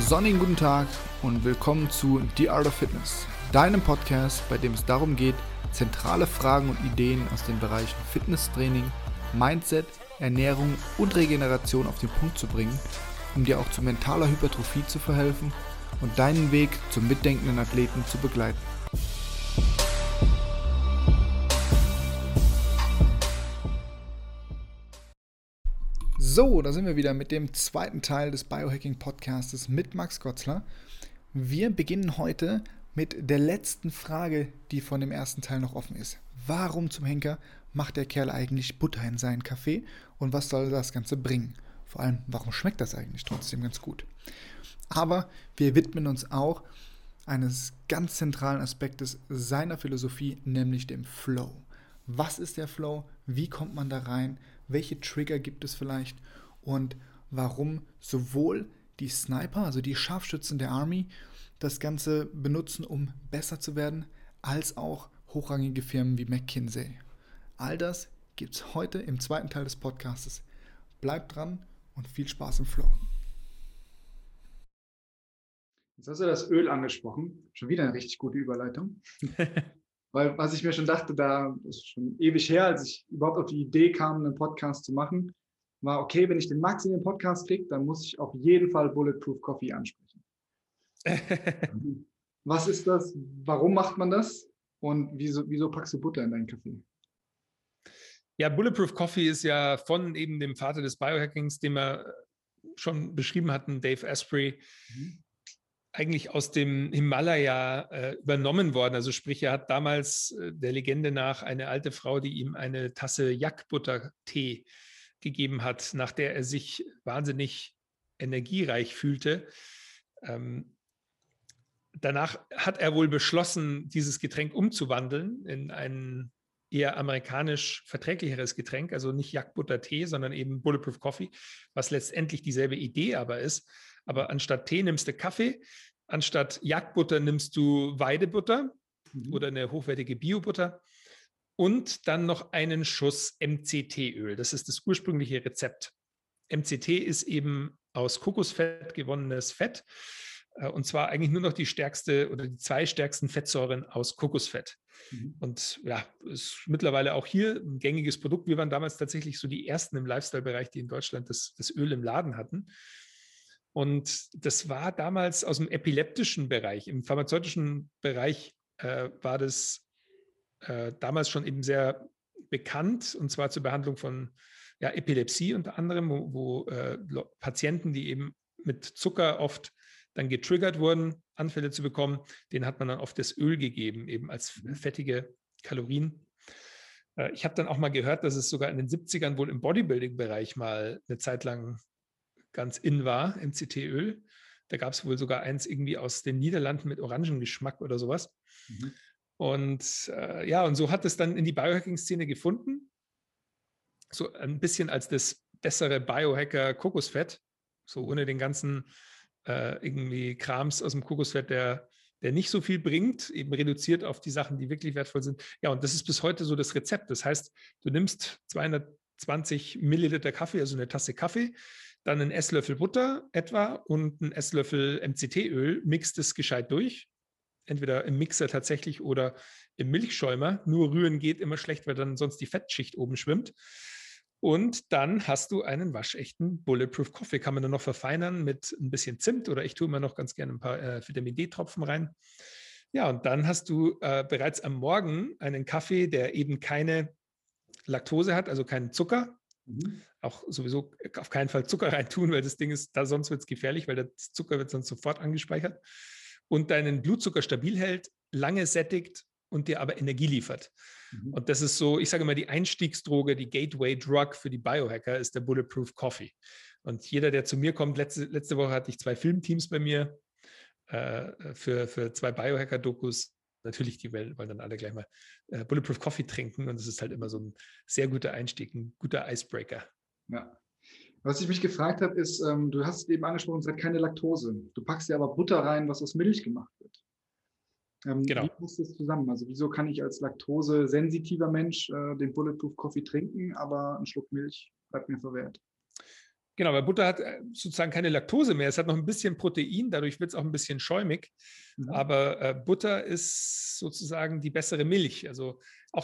sonnigen guten Tag und willkommen zu The Art of Fitness, deinem Podcast, bei dem es darum geht, zentrale Fragen und Ideen aus den Bereichen Fitnesstraining, Mindset, Ernährung und Regeneration auf den Punkt zu bringen, um dir auch zu mentaler Hypertrophie zu verhelfen und deinen Weg zum mitdenkenden Athleten zu begleiten. So, da sind wir wieder mit dem zweiten Teil des Biohacking-Podcastes mit Max Gotzler. Wir beginnen heute mit der letzten Frage, die von dem ersten Teil noch offen ist. Warum zum Henker macht der Kerl eigentlich Butter in seinen Kaffee und was soll das Ganze bringen? Vor allem, warum schmeckt das eigentlich trotzdem ganz gut? Aber wir widmen uns auch eines ganz zentralen Aspektes seiner Philosophie, nämlich dem Flow. Was ist der Flow? Wie kommt man da rein? Welche Trigger gibt es vielleicht? Und warum sowohl die Sniper, also die Scharfschützen der Army, das Ganze benutzen, um besser zu werden, als auch hochrangige Firmen wie McKinsey. All das gibt es heute im zweiten Teil des Podcastes. Bleibt dran und viel Spaß im Flow. Jetzt hast du das Öl angesprochen. Schon wieder eine richtig gute Überleitung. Weil was ich mir schon dachte, da ist schon ewig her, als ich überhaupt auf die Idee kam, einen Podcast zu machen, war, okay, wenn ich den Max in den Podcast kriege, dann muss ich auf jeden Fall Bulletproof Coffee ansprechen. Was ist das? Warum macht man das? Und wieso packst du Butter in deinen Kaffee? Ja, Bulletproof Coffee ist ja von eben dem Vater des Biohackings, den wir schon beschrieben hatten, Dave Asprey, eigentlich aus dem Himalaya übernommen worden. Also sprich, er hat damals der Legende nach eine alte Frau, die ihm eine Tasse Yak-Butter-Tee gegeben hat, nach der er sich wahnsinnig energiereich fühlte. Danach hat er wohl beschlossen, dieses Getränk umzuwandeln in ein eher amerikanisch verträglicheres Getränk, also nicht Yak-Butter-Tee, sondern eben Bulletproof Coffee, was letztendlich dieselbe Idee aber ist. Aber anstatt Tee nimmst du Kaffee, anstatt Yak-Butter nimmst du Weidebutter oder eine hochwertige Biobutter und dann noch einen Schuss MCT-Öl. Das ist das ursprüngliche Rezept. MCT ist eben aus Kokosfett gewonnenes Fett. Und zwar eigentlich nur noch die stärkste oder die zwei stärksten Fettsäuren aus Kokosfett. Und ja, ist mittlerweile auch hier ein gängiges Produkt. Wir waren damals tatsächlich so die ersten im Lifestyle-Bereich, die in Deutschland das Öl im Laden hatten. Und das war damals aus dem epileptischen Bereich. Im pharmazeutischen Bereich war das damals schon eben sehr bekannt, und zwar zur Behandlung von Epilepsie unter anderem, wo Patienten, die eben mit Zucker oft dann getriggert wurden, Anfälle zu bekommen, denen hat man dann oft das Öl gegeben, eben als fettige Kalorien. Ich habe dann auch mal gehört, dass es sogar in den 70ern wohl im Bodybuilding-Bereich mal eine Zeit lang ganz in war, MCT-Öl. Da gab es wohl sogar eins irgendwie aus den Niederlanden mit Orangengeschmack oder sowas. Und und so hat es dann in die Biohacking-Szene gefunden. So ein bisschen als das bessere Biohacker-Kokosfett, so ohne den ganzen irgendwie Krams aus dem Kokosfett, der nicht so viel bringt, eben reduziert auf die Sachen, die wirklich wertvoll sind. Ja, und das ist bis heute so das Rezept. Das heißt, du nimmst 220 Milliliter Kaffee, also eine Tasse Kaffee, dann einen Esslöffel Butter etwa und einen Esslöffel MCT-Öl, mixt es gescheit durch. Entweder im Mixer tatsächlich oder im Milchschäumer. Nur rühren geht immer schlecht, weil dann sonst die Fettschicht oben schwimmt. Und dann hast du einen waschechten Bulletproof Coffee. Kann man dann noch verfeinern mit ein bisschen Zimt oder ich tue immer noch ganz gerne ein paar Vitamin D-Tropfen rein. Ja, und dann hast du bereits am Morgen einen Kaffee, der eben keine Laktose hat, also keinen Zucker. Auch sowieso auf keinen Fall Zucker reintun, weil das Ding ist, da sonst wird es gefährlich, weil der Zucker wird sonst sofort angespeichert. Und deinen Blutzucker stabil hält, lange sättigt und dir aber Energie liefert. Und das ist so, ich sage mal, die Einstiegsdroge, die Gateway-Drug für die Biohacker ist der Bulletproof Coffee. Und jeder, der zu mir kommt, letzte Woche hatte ich 2 Filmteams bei mir für 2 Biohacker-Dokus. Natürlich, die wollen dann alle gleich mal Bulletproof Coffee trinken und das ist halt immer so ein sehr guter Einstieg, ein guter Icebreaker. Ja. Was ich mich gefragt habe, ist, du hast eben angesprochen, es hat keine Laktose. Du packst ja aber Butter rein, was aus Milch gemacht wird. Genau. Wie passt das zusammen? Also wieso kann ich als laktosesensitiver Mensch den Bulletproof Coffee trinken, aber ein Schluck Milch bleibt mir verwehrt? Genau, weil Butter hat sozusagen keine Laktose mehr. Es hat noch ein bisschen Protein, dadurch wird es auch ein bisschen schäumig. Mhm. Aber Butter ist sozusagen die bessere Milch. Also auch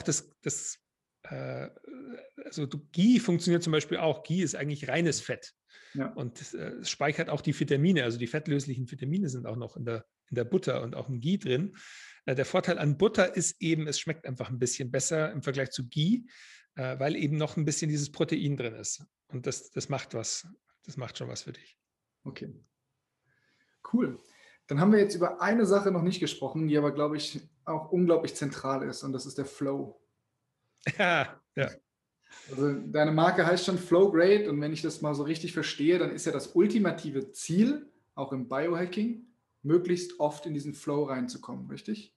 Ghee funktioniert zum Beispiel auch. Ghee ist eigentlich reines Fett. Ja. Und es speichert auch die Vitamine. Also die fettlöslichen Vitamine sind auch noch in der Butter und auch im Ghee drin. Der Vorteil an Butter ist eben, es schmeckt einfach ein bisschen besser im Vergleich zu Ghee, weil eben noch ein bisschen dieses Protein drin ist. Und das macht was. Das macht schon was für dich. Okay. Cool. Dann haben wir jetzt über eine Sache noch nicht gesprochen, die aber, glaube ich, auch unglaublich zentral ist, und das ist der Flow. Ja, ja. Also deine Marke heißt schon Flow Great, und wenn ich das mal so richtig verstehe, dann ist ja das ultimative Ziel, auch im Biohacking, möglichst oft in diesen Flow reinzukommen, richtig?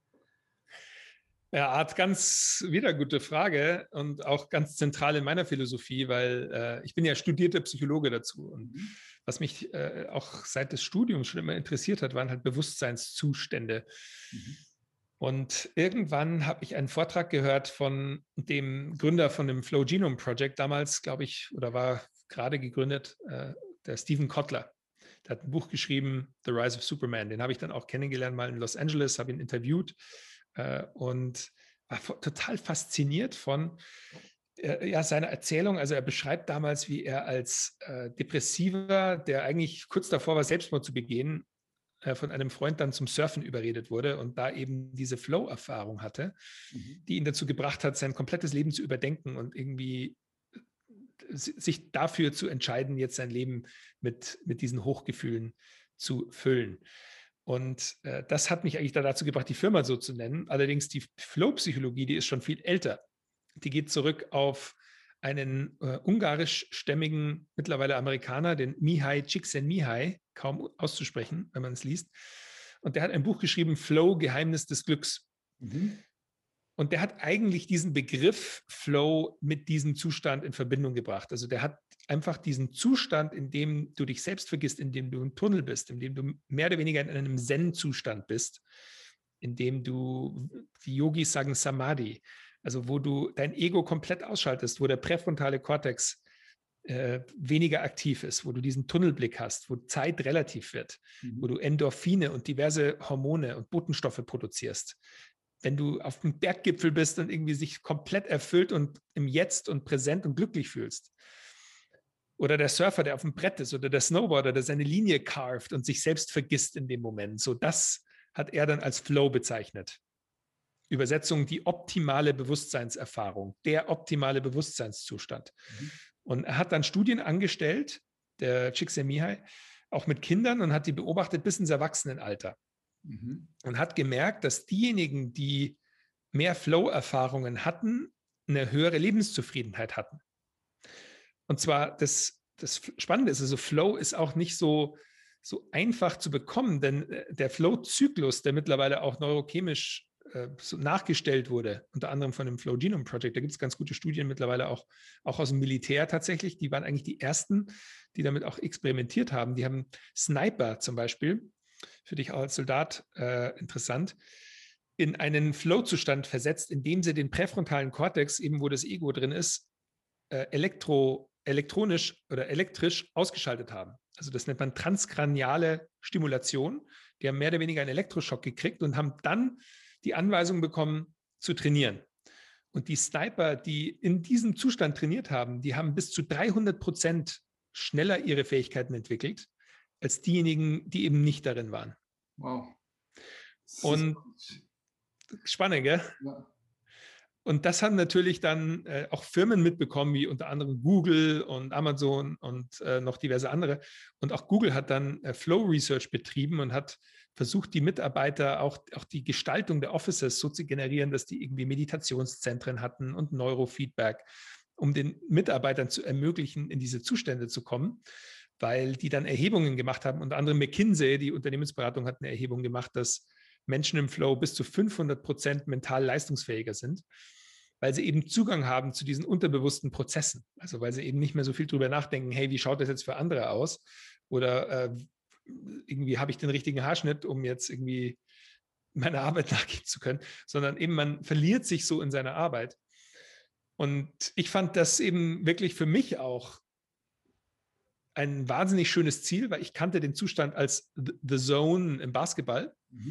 Ja, Art, ganz wieder gute Frage und auch ganz zentral in meiner Philosophie, weil ich bin ja studierter Psychologe dazu. Und was mich auch seit des Studiums schon immer interessiert hat, waren halt Bewusstseinszustände. Und irgendwann habe ich einen Vortrag gehört von dem Gründer von dem Flow Genome Project, damals, glaube ich, oder war gerade gegründet, der Stephen Kotler. Der hat ein Buch geschrieben, The Rise of Superman. Den habe ich dann auch kennengelernt, mal in Los Angeles, habe ihn interviewt und war total fasziniert von seiner Erzählung. Also er beschreibt damals, wie er als Depressiver, der eigentlich kurz davor war, Selbstmord zu begehen, von einem Freund dann zum Surfen überredet wurde und da eben diese Flow-Erfahrung hatte, die ihn dazu gebracht hat, sein komplettes Leben zu überdenken und irgendwie sich dafür zu entscheiden, jetzt sein Leben mit diesen Hochgefühlen zu füllen. Und das hat mich eigentlich dazu gebracht, die Firma so zu nennen. Allerdings die Flow-Psychologie, die ist schon viel älter. Die geht zurück auf einen ungarischstämmigen, mittlerweile Amerikaner, den Mihai Csikszentmihalyi, kaum auszusprechen, wenn man es liest. Und der hat ein Buch geschrieben, Flow, Geheimnis des Glücks. Und der hat eigentlich diesen Begriff Flow mit diesem Zustand in Verbindung gebracht. Also der hat einfach diesen Zustand, in dem du dich selbst vergisst, in dem du im Tunnel bist, in dem du mehr oder weniger in einem Zen-Zustand bist, in dem du, die Yogis sagen Samadhi, also wo du dein Ego komplett ausschaltest, wo der präfrontale Kortex weniger aktiv ist, wo du diesen Tunnelblick hast, wo Zeit relativ wird, wo du Endorphine und diverse Hormone und Botenstoffe produzierst. Wenn du auf dem Berggipfel bist und irgendwie sich komplett erfüllt und im Jetzt und präsent und glücklich fühlst. Oder der Surfer, der auf dem Brett ist, oder der Snowboarder, der seine Linie carved und sich selbst vergisst in dem Moment. So, das hat er dann als Flow bezeichnet. Übersetzung, die optimale Bewusstseinserfahrung, der optimale Bewusstseinszustand. Und er hat dann Studien angestellt, der Csikszentmihalyi, auch mit Kindern, und hat die beobachtet bis ins Erwachsenenalter. Und hat gemerkt, dass diejenigen, die mehr Flow-Erfahrungen hatten, eine höhere Lebenszufriedenheit hatten. Und zwar, das Spannende ist, also Flow ist auch nicht so einfach zu bekommen, denn der Flow-Zyklus, der mittlerweile auch neurochemisch so nachgestellt wurde, unter anderem von dem Flow Genome Project, da gibt es ganz gute Studien mittlerweile auch aus dem Militär tatsächlich, die waren eigentlich die ersten, die damit auch experimentiert haben. Die haben Sniper zum Beispiel, für dich auch als Soldat interessant, in einen Flow-Zustand versetzt, indem sie den präfrontalen Kortex, eben wo das Ego drin ist, elektronisch oder elektrisch ausgeschaltet haben. Also das nennt man transkraniale Stimulation. Die haben mehr oder weniger einen Elektroschock gekriegt und haben dann die Anweisung bekommen, zu trainieren. Und die Sniper, die in diesem Zustand trainiert haben, die haben bis zu 300% schneller ihre Fähigkeiten entwickelt, als diejenigen, die eben nicht darin waren. Wow. Und spannend, gell? Ja. Und das haben natürlich dann auch Firmen mitbekommen, wie unter anderem Google und Amazon und noch diverse andere. Und auch Google hat dann Flow Research betrieben und hat versucht, die Mitarbeiter auch die Gestaltung der Offices so zu generieren, dass die irgendwie Meditationszentren hatten und Neurofeedback, um den Mitarbeitern zu ermöglichen, in diese Zustände zu kommen, weil die dann Erhebungen gemacht haben. Unter anderem McKinsey, die Unternehmensberatung, hat eine Erhebung gemacht, dass Menschen im Flow bis zu 500% mental leistungsfähiger sind, weil sie eben Zugang haben zu diesen unterbewussten Prozessen. Also weil sie eben nicht mehr so viel drüber nachdenken, hey, wie schaut das jetzt für andere aus? Oder irgendwie habe ich den richtigen Haarschnitt, um jetzt irgendwie meiner Arbeit nachgehen zu können, sondern eben man verliert sich so in seiner Arbeit. Und ich fand das eben wirklich für mich auch ein wahnsinnig schönes Ziel, weil ich kannte den Zustand als The Zone im Basketball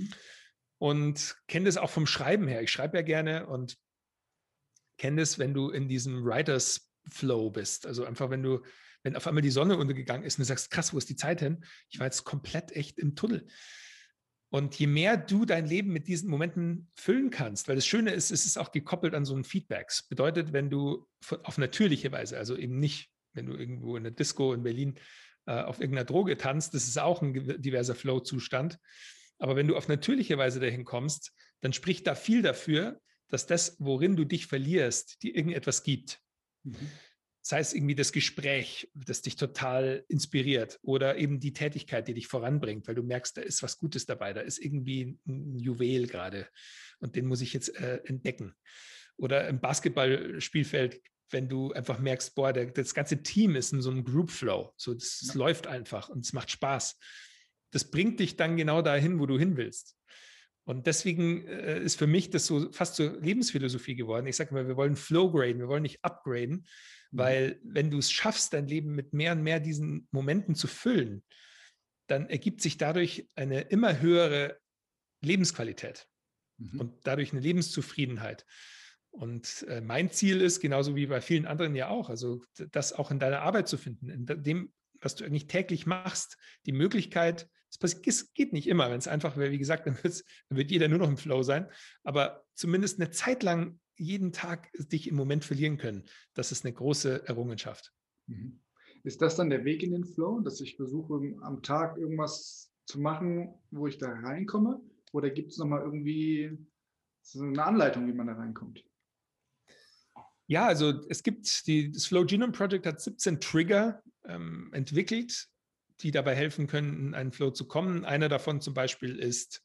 und kenne das auch vom Schreiben her. Ich schreibe ja gerne und kenne das, wenn du in diesem Writers Flow bist. Also einfach, wenn auf einmal die Sonne untergegangen ist und du sagst, krass, wo ist die Zeit hin? Ich war jetzt komplett echt im Tunnel. Und je mehr du dein Leben mit diesen Momenten füllen kannst, weil das Schöne ist, es ist auch gekoppelt an so ein Feedbacks. Bedeutet, wenn du auf natürliche Weise, also eben nicht, wenn du irgendwo in der Disco in Berlin auf irgendeiner Droge tanzt, das ist auch ein diverser Flow-Zustand. Aber wenn du auf natürliche Weise dahin kommst, dann spricht da viel dafür, dass das, worin du dich verlierst, dir irgendetwas gibt. Sei es irgendwie das Gespräch, das dich total inspiriert oder eben die Tätigkeit, die dich voranbringt, weil du merkst, da ist was Gutes dabei, da ist irgendwie ein Juwel gerade und den muss ich jetzt entdecken. Oder im Basketballspielfeld, wenn du einfach merkst, boah, das ganze Team ist in so einem Group Flow, so das läuft einfach und es macht Spaß. Das bringt dich dann genau dahin, wo du hin willst. Und deswegen ist für mich das so fast zur Lebensphilosophie geworden. Ich sage immer, wir wollen Flow graden, wir wollen nicht upgraden, weil wenn du es schaffst, dein Leben mit mehr und mehr diesen Momenten zu füllen, dann ergibt sich dadurch eine immer höhere Lebensqualität und dadurch eine Lebenszufriedenheit. Und mein Ziel ist, genauso wie bei vielen anderen ja auch, also das auch in deiner Arbeit zu finden, in dem, was du eigentlich täglich machst, die Möglichkeit, es geht nicht immer, wenn es einfach wäre, wie gesagt, dann wird jeder nur noch im Flow sein, aber zumindest eine Zeit lang jeden Tag dich im Moment verlieren können. Das ist eine große Errungenschaft. Ist das dann der Weg in den Flow, dass ich versuche, am Tag irgendwas zu machen, wo ich da reinkomme? Oder gibt es nochmal irgendwie so eine Anleitung, wie man da reinkommt? Ja, also es gibt das Flow Genome Project hat 17 Trigger entwickelt, die dabei helfen können, in einen Flow zu kommen. Einer davon zum Beispiel ist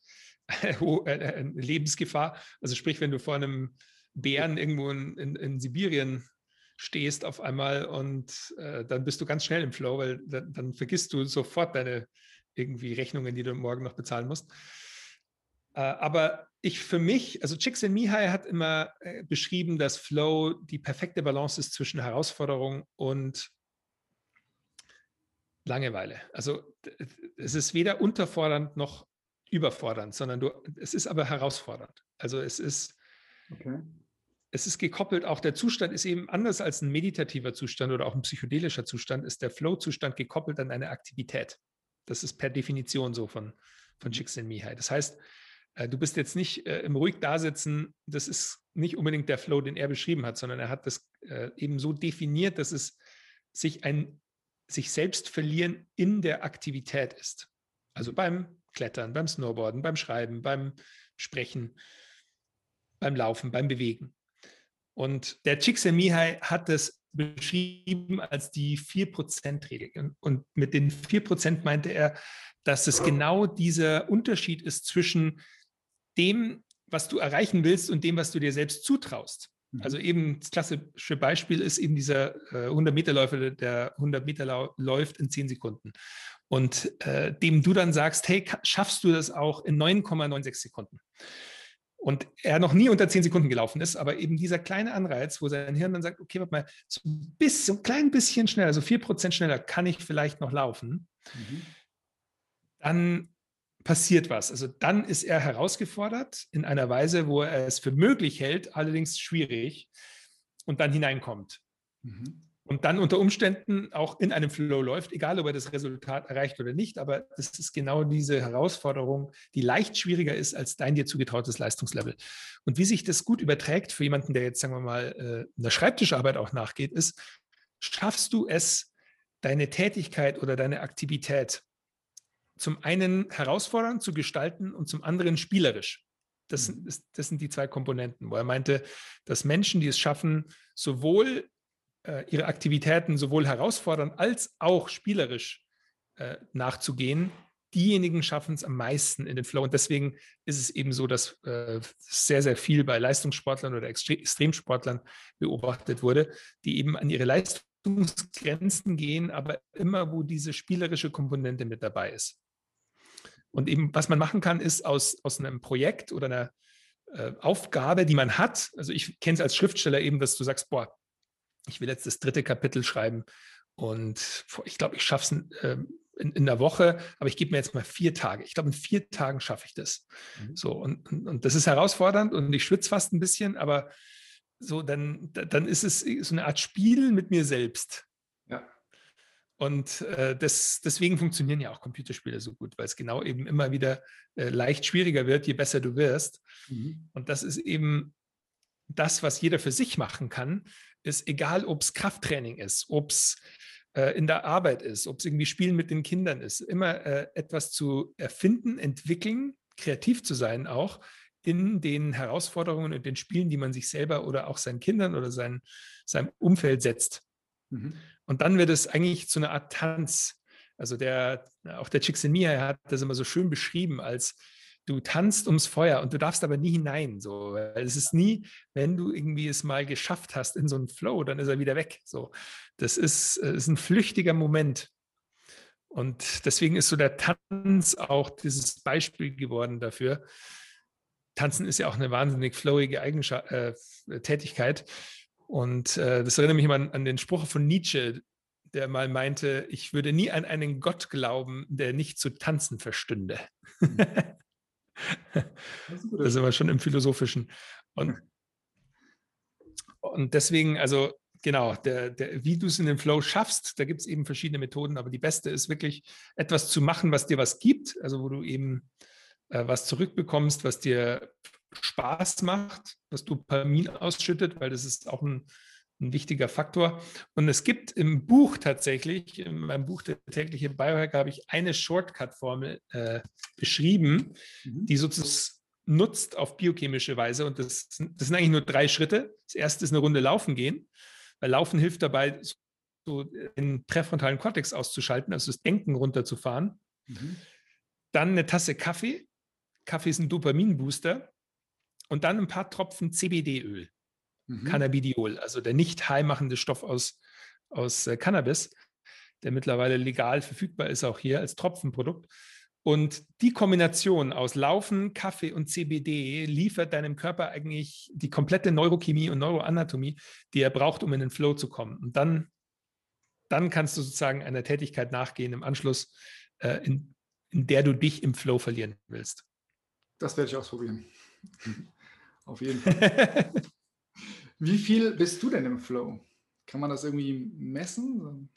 Lebensgefahr. Also sprich, wenn du vor einem Bären irgendwo in Sibirien stehst auf einmal und dann bist du ganz schnell im Flow, weil dann vergisst du sofort deine irgendwie Rechnungen, die du morgen noch bezahlen musst. Aber für mich, also Csikszentmihalyi hat immer beschrieben, dass Flow die perfekte Balance ist zwischen Herausforderung und Langeweile. Also es ist weder unterfordernd noch überfordernd, sondern es ist aber herausfordernd. Also es ist gekoppelt, auch der Zustand ist eben anders als ein meditativer Zustand oder auch ein psychedelischer Zustand, ist der Flow-Zustand gekoppelt an eine Aktivität. Das ist per Definition so von Csikszentmihalyi. Das heißt, du bist jetzt nicht im ruhig Dasitzen, das ist nicht unbedingt der Flow, den er beschrieben hat, sondern er hat das eben so definiert, dass es sich selbst verlieren in der Aktivität ist. Also beim Klettern, beim Snowboarden, beim Schreiben, beim Sprechen, beim Laufen, beim Bewegen. Und der Csikszentmihalyi hat das beschrieben als die 4%-Regel. Und mit den 4% meinte er, dass es genau dieser Unterschied ist zwischen dem, was du erreichen willst und dem, was du dir selbst zutraust. Also eben das klassische Beispiel ist eben dieser 100-Meter-Läufer, der 100 Meter läuft in 10 Sekunden. Und dem du dann sagst, hey, schaffst du das auch in 9,96 Sekunden? Und er noch nie unter 10 Sekunden gelaufen ist, aber eben dieser kleine Anreiz, wo sein Hirn dann sagt, okay, warte mal, so ein klein bisschen schneller, so 4% schneller kann ich vielleicht noch laufen, dann passiert was. Also dann ist er herausgefordert in einer Weise, wo er es für möglich hält, allerdings schwierig, und dann hineinkommt. Und dann unter Umständen auch in einem Flow läuft, egal ob er das Resultat erreicht oder nicht, aber das ist genau diese Herausforderung, die leicht schwieriger ist als dein dir zugetrautes Leistungslevel. Und wie sich das gut überträgt für jemanden, der jetzt, sagen wir mal, einer Schreibtischarbeit auch nachgeht, ist, schaffst du es, deine Tätigkeit oder deine Aktivität zum einen herausfordernd zu gestalten und zum anderen spielerisch. Das sind die 2 Komponenten, wo er meinte, dass Menschen, die es schaffen, sowohl ihre Aktivitäten sowohl herausfordernd als auch spielerisch nachzugehen, diejenigen schaffen es am meisten in den Flow. Und deswegen ist es eben so, dass sehr, sehr viel bei Leistungssportlern oder Extremsportlern beobachtet wurde, die eben an ihre Leistungsgrenzen gehen, aber immer, wo diese spielerische Komponente mit dabei ist. Und eben, was man machen kann, ist aus einem Projekt oder einer Aufgabe, die man hat, also ich kenne es als Schriftsteller eben, dass du sagst, boah, ich will jetzt das 3. Kapitel schreiben Und ich glaube, ich schaffe es in der Woche, aber ich gebe mir jetzt mal 4 Tage. Ich glaube, in 4 Tagen schaffe ich das. So, und das ist herausfordernd und ich schwitze fast ein bisschen, aber so, dann ist es so eine Art Spiel mit mir selbst. Ja. Und deswegen funktionieren ja auch Computerspiele so gut, weil es genau eben immer wieder leicht schwieriger wird, je besser du wirst. Und das ist eben das, was jeder für sich machen kann, ist egal, ob es Krafttraining ist, ob es in der Arbeit ist, ob es irgendwie Spielen mit den Kindern ist, immer etwas zu erfinden, entwickeln, kreativ zu sein auch in den Herausforderungen und den Spielen, die man sich selber oder auch seinen Kindern oder seinem Umfeld setzt. Und dann wird es eigentlich zu einer Art Tanz. Also auch der Csikszentmihalyi hat das immer so schön beschrieben als du tanzt ums Feuer und du darfst aber nie hinein. So. Weil es ist nie, wenn du irgendwie es mal geschafft hast in so einen Flow, dann ist er wieder weg. So. Das ist ein flüchtiger Moment. Und deswegen ist so der Tanz auch dieses Beispiel geworden dafür. Tanzen ist ja auch eine wahnsinnig flowige Tätigkeit. Und das erinnert mich immer an den Spruch von Nietzsche, der mal meinte, ich würde nie an einen Gott glauben, der nicht zu tanzen verstünde. Da sind wir schon im Philosophischen. Und deswegen, also genau, wie du es in den Flow schaffst, da gibt es eben verschiedene Methoden, aber die beste ist wirklich etwas zu machen, was dir was gibt, also wo du eben was zurückbekommst, was dir Spaß macht, was Dopamin ausschüttet, weil das ist auch ein wichtiger Faktor. Und es gibt im Buch tatsächlich, in meinem Buch Der tägliche Biohack, habe ich eine Shortcut-Formel beschrieben, die sozusagen nutzt auf biochemische Weise. Und das sind eigentlich nur 3 Schritte. Das erste ist eine Runde laufen gehen, weil Laufen hilft dabei, so den präfrontalen Kortex auszuschalten, also das Denken runterzufahren. Dann eine Tasse Kaffee. Kaffee ist ein Dopaminbooster. Und dann ein paar Tropfen CBD-Öl. Cannabidiol, also der nicht high machende Stoff aus Cannabis, der mittlerweile legal verfügbar ist, auch hier als Tropfenprodukt. Und die Kombination aus Laufen, Kaffee und CBD liefert deinem Körper eigentlich die komplette Neurochemie und Neuroanatomie, die er braucht, um in den Flow zu kommen. Und dann kannst du sozusagen einer Tätigkeit nachgehen im Anschluss, in der du dich im Flow verlieren willst. Das werde ich ausprobieren. Auf jeden Fall. Wie viel bist du denn im Flow? Kann man das irgendwie messen?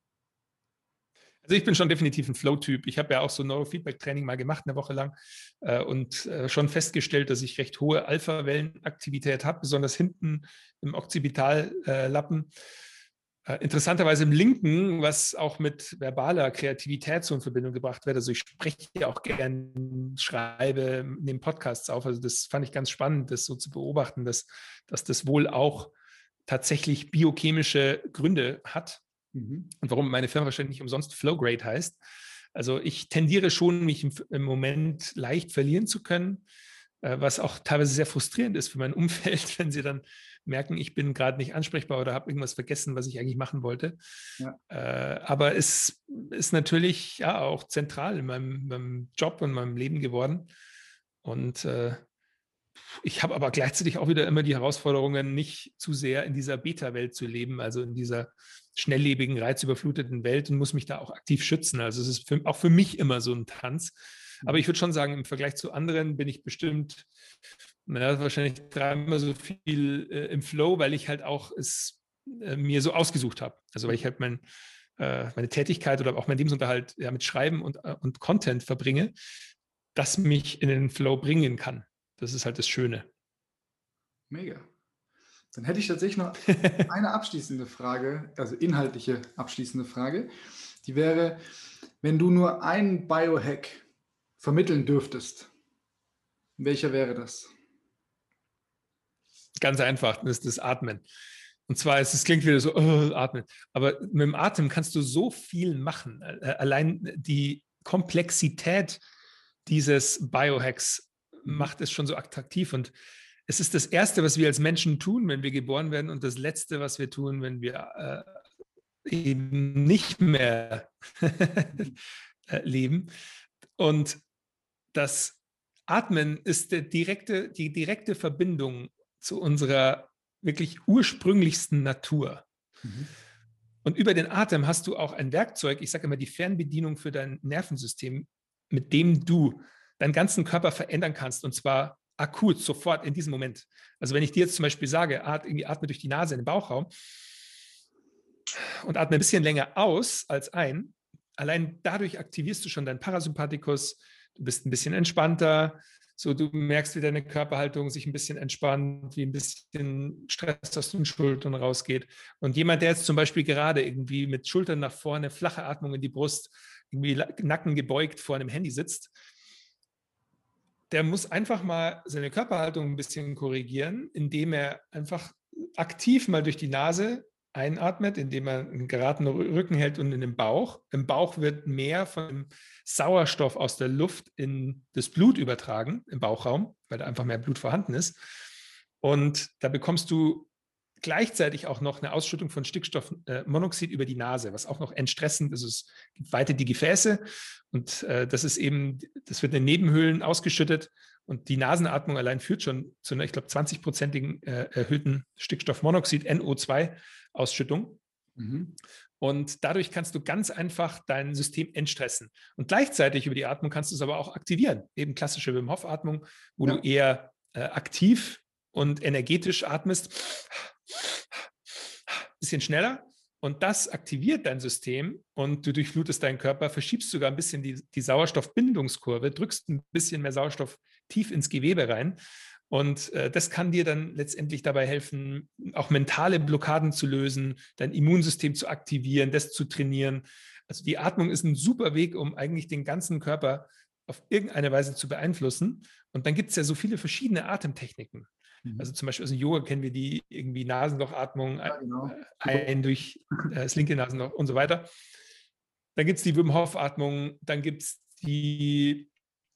Also ich bin schon definitiv ein Flow-Typ. Ich habe ja auch so Neurofeedback-Training mal gemacht, eine Woche lang, und schon festgestellt, dass ich recht hohe Alpha-Wellenaktivität habe, besonders hinten im Occipitallappen. Interessanterweise im linken, was auch mit verbaler Kreativität so in Verbindung gebracht wird. Also ich spreche ja auch gerne, schreibe, nehme Podcasts auf. Also das fand ich ganz spannend, das so zu beobachten, dass das wohl auch tatsächlich biochemische Gründe hat. Und warum meine Firma wahrscheinlich nicht umsonst Flowgrade heißt. Also ich tendiere schon, mich im Moment leicht verlieren zu können, was auch teilweise sehr frustrierend ist für mein Umfeld, wenn sie dann merken, ich bin gerade nicht ansprechbar oder habe irgendwas vergessen, was ich eigentlich machen wollte. Ja. Aber es ist natürlich ja auch zentral in meinem Job und meinem Leben geworden. Und ich habe aber gleichzeitig auch wieder immer die Herausforderungen, nicht zu sehr in dieser Beta-Welt zu leben, also in dieser schnelllebigen, reizüberfluteten Welt, und muss mich da auch aktiv schützen. Also es ist auch für mich immer so ein Tanz. Aber ich würde schon sagen, im Vergleich zu anderen bin ich bestimmt wahrscheinlich 3-mal so viel im Flow, weil ich halt auch es mir so ausgesucht habe. Also weil ich halt meine Tätigkeit oder auch meinen Lebensunterhalt mit Schreiben und Content verbringe, das mich in den Flow bringen kann. Das ist halt das Schöne. Mega. Dann hätte ich tatsächlich noch eine abschließende Frage, also inhaltliche abschließende Frage. Die wäre, wenn du nur einen Biohack vermitteln dürftest, welcher wäre das? Ganz einfach, das ist das Atmen. Und zwar, es klingt wieder so, atmen. Aber mit dem Atem kannst du so viel machen. Allein die Komplexität dieses Biohacks macht es schon so attraktiv. Und es ist das Erste, was wir als Menschen tun, wenn wir geboren werden, und das Letzte, was wir tun, wenn wir eben nicht mehr leben. Und das Atmen ist die direkte Verbindung zu unserer wirklich ursprünglichsten Natur. Und über den Atem hast du auch ein Werkzeug, ich sage immer die Fernbedienung für dein Nervensystem, mit dem du deinen ganzen Körper verändern kannst, und zwar akut, sofort in diesem Moment. Also wenn ich dir jetzt zum Beispiel sage, atme durch die Nase in den Bauchraum und atme ein bisschen länger aus als ein, allein dadurch aktivierst du schon deinen Parasympathikus, du bist ein bisschen entspannter, so du merkst, wie deine Körperhaltung sich ein bisschen entspannt, wie ein bisschen Stress aus den Schultern rausgeht. Und jemand, der jetzt zum Beispiel gerade irgendwie mit Schultern nach vorne, flache Atmung in die Brust, irgendwie Nacken gebeugt vor einem Handy sitzt, der muss einfach mal seine Körperhaltung ein bisschen korrigieren, indem er einfach aktiv mal durch die Nase einatmet, indem er einen geraden Rücken hält und in den Bauch. Im Bauch wird mehr von dem Sauerstoff aus der Luft in das Blut übertragen, im Bauchraum, weil da einfach mehr Blut vorhanden ist. Und da bekommst du gleichzeitig auch noch eine Ausschüttung von Stickstoffmonoxid über die Nase, was auch noch entstressend ist. Es weitet die Gefäße und das ist eben, das wird in den Nebenhöhlen ausgeschüttet und die Nasenatmung allein führt schon zu einer, ich glaube, 20-prozentigen erhöhten Stickstoffmonoxid, NO2-Ausschüttung. Mhm. Und dadurch kannst du ganz einfach dein System entstressen. Und gleichzeitig über die Atmung kannst du es aber auch aktivieren. Eben klassische Wim Hof Atmung, wo du eher aktiv und energetisch atmest, bisschen schneller, und das aktiviert dein System und du durchflutest deinen Körper, verschiebst sogar ein bisschen die Sauerstoffbindungskurve, drückst ein bisschen mehr Sauerstoff tief ins Gewebe rein und das kann dir dann letztendlich dabei helfen, auch mentale Blockaden zu lösen, dein Immunsystem zu aktivieren, das zu trainieren. Also die Atmung ist ein super Weg, um eigentlich den ganzen Körper auf irgendeine Weise zu beeinflussen, und dann gibt es ja so viele verschiedene Atemtechniken. Also zum Beispiel aus dem Yoga kennen wir die irgendwie Nasenlochatmung, ein durch das linke Nasenloch und so weiter. Dann gibt es die Wim Hof Atmung, dann gibt es die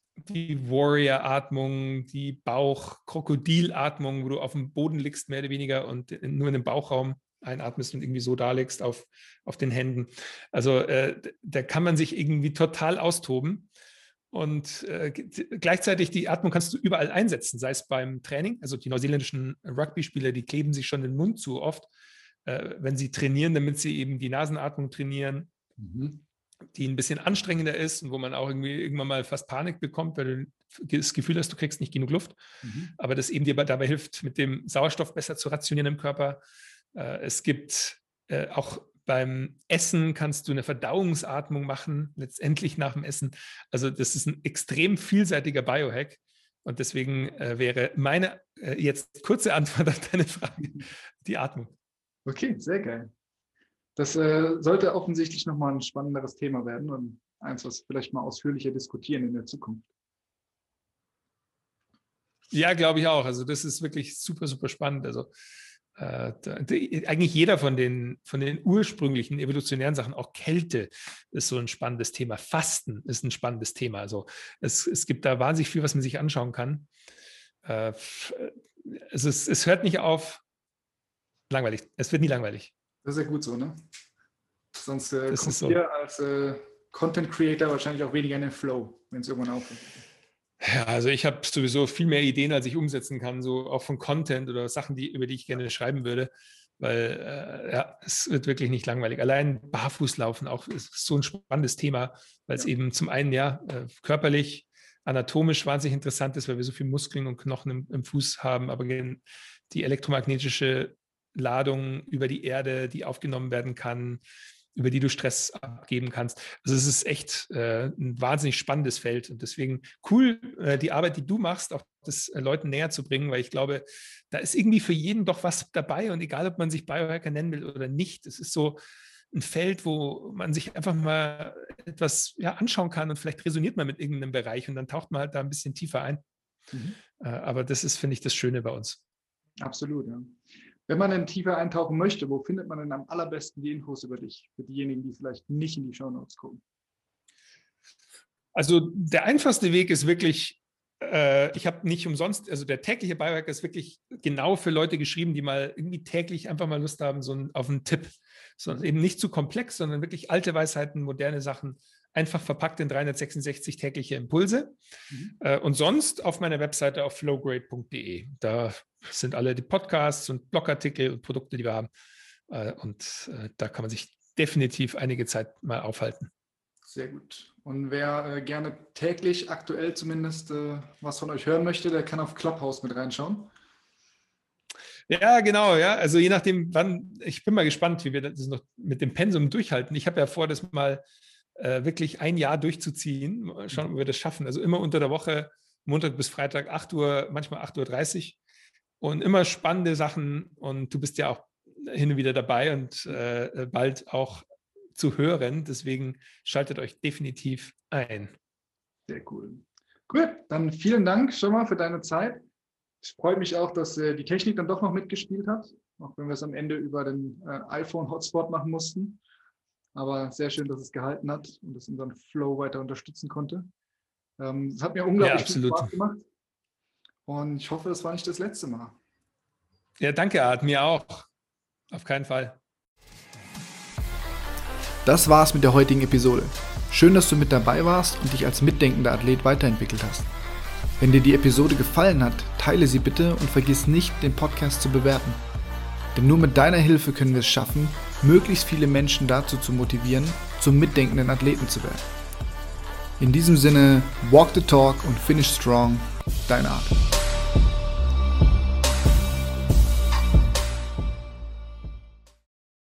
Warrior-Atmung, die Bauch-Krokodilatmung, wo du auf dem Boden liegst, mehr oder weniger, und nur in den Bauchraum einatmest und irgendwie so da liegst auf den Händen. Also da kann man sich irgendwie total austoben. Und gleichzeitig die Atmung kannst du überall einsetzen, sei es beim Training. Also die neuseeländischen Rugby-Spieler, die kleben sich schon den Mund zu oft, wenn sie trainieren, damit sie eben die Nasenatmung trainieren, die ein bisschen anstrengender ist und wo man auch irgendwann mal fast Panik bekommt, weil du das Gefühl hast, du kriegst nicht genug Luft. Aber das eben dir dabei hilft, mit dem Sauerstoff besser zu rationieren im Körper. Es gibt auch beim Essen kannst du eine Verdauungsatmung machen, letztendlich nach dem Essen. Also das ist ein extrem vielseitiger Biohack. Und deswegen wäre meine jetzt kurze Antwort auf deine Frage die Atmung. Okay, sehr geil. Das sollte offensichtlich nochmal ein spannenderes Thema werden und eins, was vielleicht mal ausführlicher diskutieren in der Zukunft. Ja, glaube ich auch. Also das ist wirklich super, super spannend. Also eigentlich jeder von den ursprünglichen evolutionären Sachen, auch Kälte ist so ein spannendes Thema. Fasten ist ein spannendes Thema. Also es gibt da wahnsinnig viel, was man sich anschauen kann. Es hört nicht auf. Langweilig. Es wird nie langweilig. Das ist ja gut so, ne? Sonst kommt ihr als Content Creator wahrscheinlich auch weniger in den Flow, wenn es irgendwann aufhört. Ja, also ich habe sowieso viel mehr Ideen, als ich umsetzen kann, so auch von Content oder Sachen, über die ich gerne schreiben würde, weil es wird wirklich nicht langweilig. Allein Barfußlaufen auch ist so ein spannendes Thema, weil es eben zum einen körperlich, anatomisch wahnsinnig interessant ist, weil wir so viele Muskeln und Knochen im Fuß haben, aber die elektromagnetische Ladung über die Erde, die aufgenommen werden kann, über die du Stress abgeben kannst. Also es ist echt ein wahnsinnig spannendes Feld und deswegen cool, die Arbeit, die du machst, auch das Leuten näher zu bringen, weil ich glaube, da ist irgendwie für jeden doch was dabei und egal, ob man sich Biohacker nennen will oder nicht, es ist so ein Feld, wo man sich einfach mal etwas anschauen kann und vielleicht resoniert man mit irgendeinem Bereich und dann taucht man halt da ein bisschen tiefer ein. Aber das ist, finde ich, das Schöne bei uns. Absolut, ja. Wenn man dann tiefer eintauchen möchte, wo findet man denn am allerbesten die Infos über dich, für diejenigen, die vielleicht nicht in die Shownotes gucken? Also der einfachste Weg ist wirklich, ich habe nicht umsonst, also der tägliche Biohacker ist wirklich genau für Leute geschrieben, die mal irgendwie täglich einfach mal Lust haben, auf einen Tipp. Sondern eben nicht zu komplex, sondern wirklich alte Weisheiten, moderne Sachen, einfach verpackt in 366 tägliche Impulse. Und sonst auf meiner Webseite auf flowgrade.de. Da sind alle die Podcasts und Blogartikel und Produkte, die wir haben. Und da kann man sich definitiv einige Zeit mal aufhalten. Sehr gut. Und wer gerne täglich, aktuell zumindest, was von euch hören möchte, der kann auf Clubhouse mit reinschauen. Ja, genau, ja. Also je nachdem, wann, ich bin mal gespannt, wie wir das noch mit dem Pensum durchhalten. Ich habe ja vor, das mal wirklich ein Jahr durchzuziehen. Schauen, ob wir das schaffen. Also immer unter der Woche, Montag bis Freitag, 8 Uhr, manchmal 8:30 Uhr. Und immer spannende Sachen. Und du bist ja auch hin und wieder dabei und bald auch zu hören. Deswegen schaltet euch definitiv ein. Sehr cool. Gut, dann vielen Dank schon mal für deine Zeit. Es freut mich auch, dass die Technik dann doch noch mitgespielt hat, auch wenn wir es am Ende über den iPhone-Hotspot machen mussten. Aber sehr schön, dass es gehalten hat und es unseren Flow weiter unterstützen konnte. Es hat mir unglaublich viel Spaß gemacht und ich hoffe, es war nicht das letzte Mal. Ja, danke, Art, mir auch. Auf keinen Fall. Das war's mit der heutigen Episode. Schön, dass du mit dabei warst und dich als mitdenkender Athlet weiterentwickelt hast. Wenn dir die Episode gefallen hat, teile sie bitte und vergiss nicht, den Podcast zu bewerten. Denn nur mit deiner Hilfe können wir es schaffen, möglichst viele Menschen dazu zu motivieren, zum mitdenkenden Athleten zu werden. In diesem Sinne, walk the talk und finish strong, dein Art.